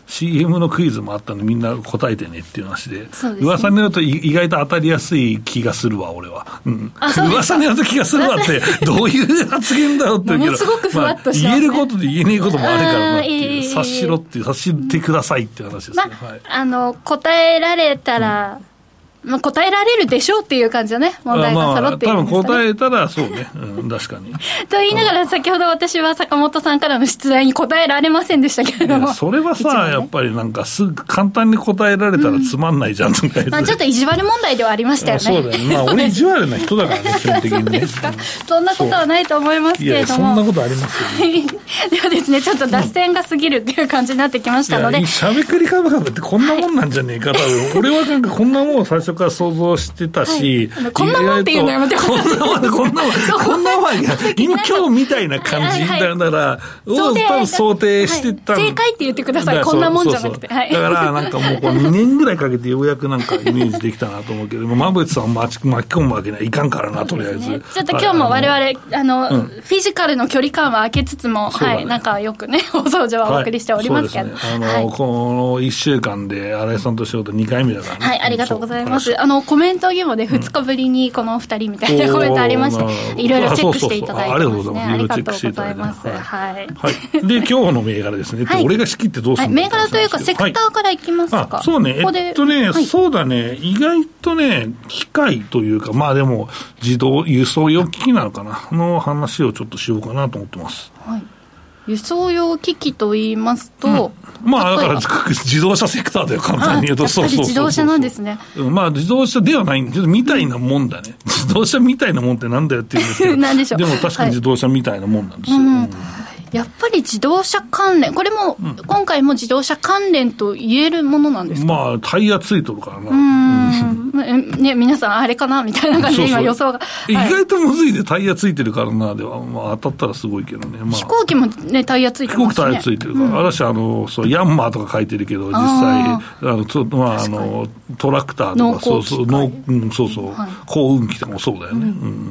シーエム のクイズもあったのでみんな答えてねっていう話 で, そうです、ね、 噂によると意外と当たりやすい気がするわ俺は、うん、噂によると気がするわってどういう発言だろうって言うけどものすごくふわっとしてますね、 まあ、言えることで言えねえこともあるからなっていう察しろっていう察してくださいっていう話ですね、 まあはい、 あの答えられたら、うんまあ、答えられるでしょうっていう感じだね問題が揃っているんですかね、 まあ、多分答えたらそうね、うん、確かにと言いながら先ほど私は坂本さんからの出題に答えられませんでしたけれども、 それはさ、ね、やっぱりなんかすぐ簡単に答えられたらつまんないじゃんとか、うんまあ、ちょっと意地悪問題ではありましたよね。 そうだよね、まあ、俺意地悪な人だからね基本的にね。 そうですか、うん、そんなことはないと思いますけれども、 いやそんなことありますよねではですねちょっと脱線が過ぎるっていう感じになってきましたので、 しゃべくりカブカブってこんなもんなんじゃねえか、はい、多分俺はなんかこんなもんを最初から想像してたし、 はい、こんなもんっていうのやめてください。 こんなもんこんなもんこんなもん今今日みたいな感じだからを多分想定してた、 はい、正解って言ってください。こんなもんじゃなくて、はい、 だからなんかもうこうにねんぐらいかけてようやくなんかイメージできたなと思うけど馬渕さんを巻き込むわけにはいかんからな、とりあえず、 ね、ちょっと今日も我々、はい、あの、うん、フィジカルの距離感は空けつつも、ね、はい、なんかよくね放送上はお送りしておりますけど、はい、 あの、はい、このいっしゅうかんで新井さんと仕事にかいめだからね。 はい、ありがとうございます。あのコメントにもねふつかぶりにこのふたりみたいなコメントありまして、いろいろチェックしていただいてますね。ありがとうございます。はい、はい、で今日の銘柄ですね、はい、俺が仕切ってどうするの、はい、銘柄というかセクターからいきますか、はい、 そうね、 ここえっとね、はい、そうだね、意外とね機械というかまあでも自動輸送用機器なのかなの話をちょっとしようかなと思ってます。 はい、輸送用機器と言いますと、 うん、まあだから自動車セクターだよ簡単に言うと。 やっぱり自動車なんですね。 まあ自動車ではないんだけどみたいなもんだね、うん、自動車みたいなもんってなんだよって言うんですけどなんでしょう、 でも確かに自動車みたいなもんなんですよ、 はい、うんうん、 やっぱり自動車関連、これも、うん、今回も自動車関連と言えるものなんですか。 まあタイヤついとるからな、 うーん、ね、皆さんあれかなみたいな感じで今予想が、 そうそう、はい、意外とむずいでタイヤついてるからなでは、まあ、当たったらすごいけどね、まあ、 飛行機も、ね、タイヤついてますね。 飛行機タイヤついてるから、うん、私あのそうヤンマーとか書いてるけど実際あのと、まあ、あのトラクターとかそうそう農、うん、そうそう、はい、耕運機とかもそうだよね、うんうん、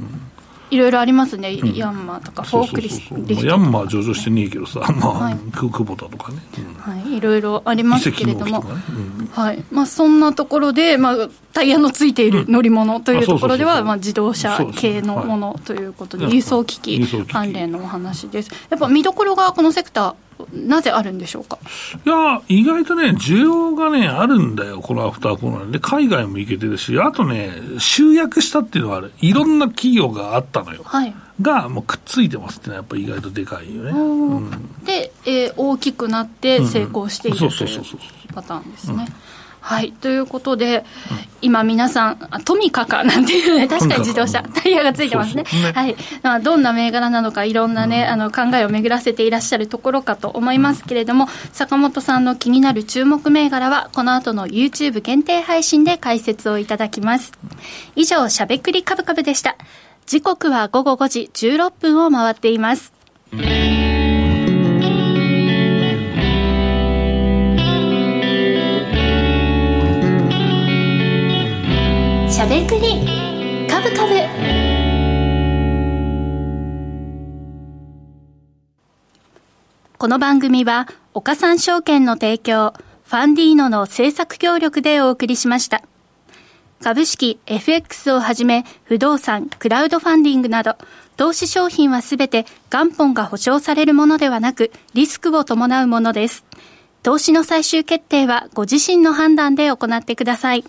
いろいろありますね、うん、ヤンマーとかフォークリフトとか、 ヤンマー上場してねえけどさ、まあ、はい、クボタとかね、うん、 はい、いろいろありますけれども、 ね、うん、 はい、まあ、そんなところで、まあ、タイヤのついている乗り物というところでは、まあ、自動車系のものということで、はい、輸送機器関連のお話です。やっぱ見どころがこのセクターなぜあるんでしょうか。 いや意外とね需要がねあるんだよこのアフターコロナで。海外も行けてるし、あとね集約したっていうのはある、いろんな企業があったのよ、はい、がもうくっついてますっていうのはやっぱり意外とでかいよね、うん、 で、えー、大きくなって成功しているというパターンですね、うん、はい、ということで、うん、今皆さんトミカかなんていうね、確かに自動車タイヤがついてますね。そうそうね、はい、まあ、どんな銘柄なのかいろんなね、うん、あの考えを巡らせていらっしゃるところかと思いますけれども、うん、坂本さんの気になる注目銘柄はこの後の YouTube 限定配信で解説をいただきます。以上しゃべくりカブカブでした。時刻はごごごじじゅうろっぷんを回っています。しゃべくりカブカブ。この番組は岡三証券の提供、ファンディーノの制作協力でお送りしました。株式 エフエックス をはじめ不動産、クラウドファンディングなど投資商品はすべて元本が保証されるものではなくリスクを伴うものです。投資の最終決定はご自身の判断で行ってください。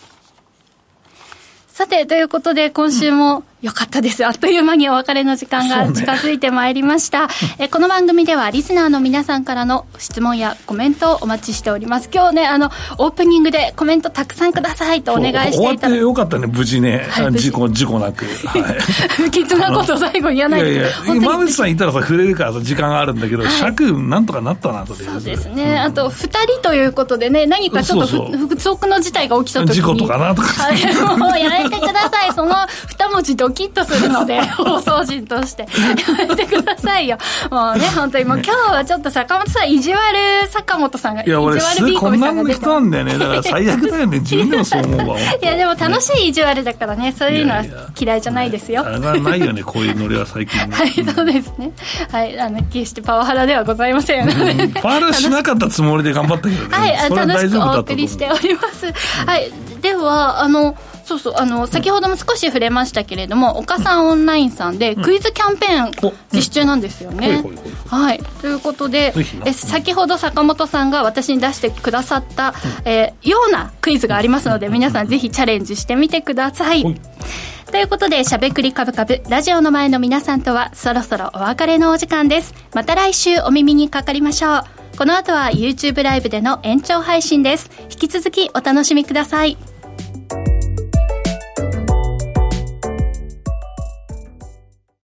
さて、ということで今週も良かったです。あっという間にお別れの時間が近づいてまいりました、ね、えこの番組ではリスナーの皆さんからの質問やコメントをお待ちしております。今日ね、あのオープニングでコメントたくさんくださいとお願いしていた終わってよかったね、無事ね、はい、事故事故なく、はい、 不吉なこと最後に言わないで。 いやいや馬渕さんいたらさ触れるからさ時間があるんだけど、はい、尺なんとかなったなと。 そうですね、うん、あとふたりということでね、何かちょっと不測の事態が起きた時に事故とかなとか、 はい、もうやめてください。そのに文字ドッキッとするので放送人としてやめてくださいよ。もうね本当にもう今日はちょっと坂本さん意地悪坂本さんがいや俺意地悪ビーコミさんが出てこんな人なんだよね。だから最悪だよね。自分でもそう思うわ。 いやでも楽しい意地悪だからね、そういうのは嫌いじゃないですよ。 上がらないよねこういうノリは最近ね。 はいそうですね。はいあの決してパワハラではございませんので、 うん、パワハラしなかったつもりで頑張ったけどね。 はいそれは楽しくお大丈夫だったと思う。 送りしております。はいではあのそうそうあの先ほども少し触れましたけれども、岡さんオンラインさんでクイズキャンペーン実施中なんですよね、うんうん、はいということでえ先ほど坂本さんが私に出してくださった、うんえー、ようなクイズがありますので、皆さんぜひチャレンジしてみてください、うん、ということでしゃべくりカブカブラジオの前の皆さんとはそろそろお別れのお時間です。また来週お耳にかかりましょう。この後は YouTube ライブでの延長配信です。引き続きお楽しみください。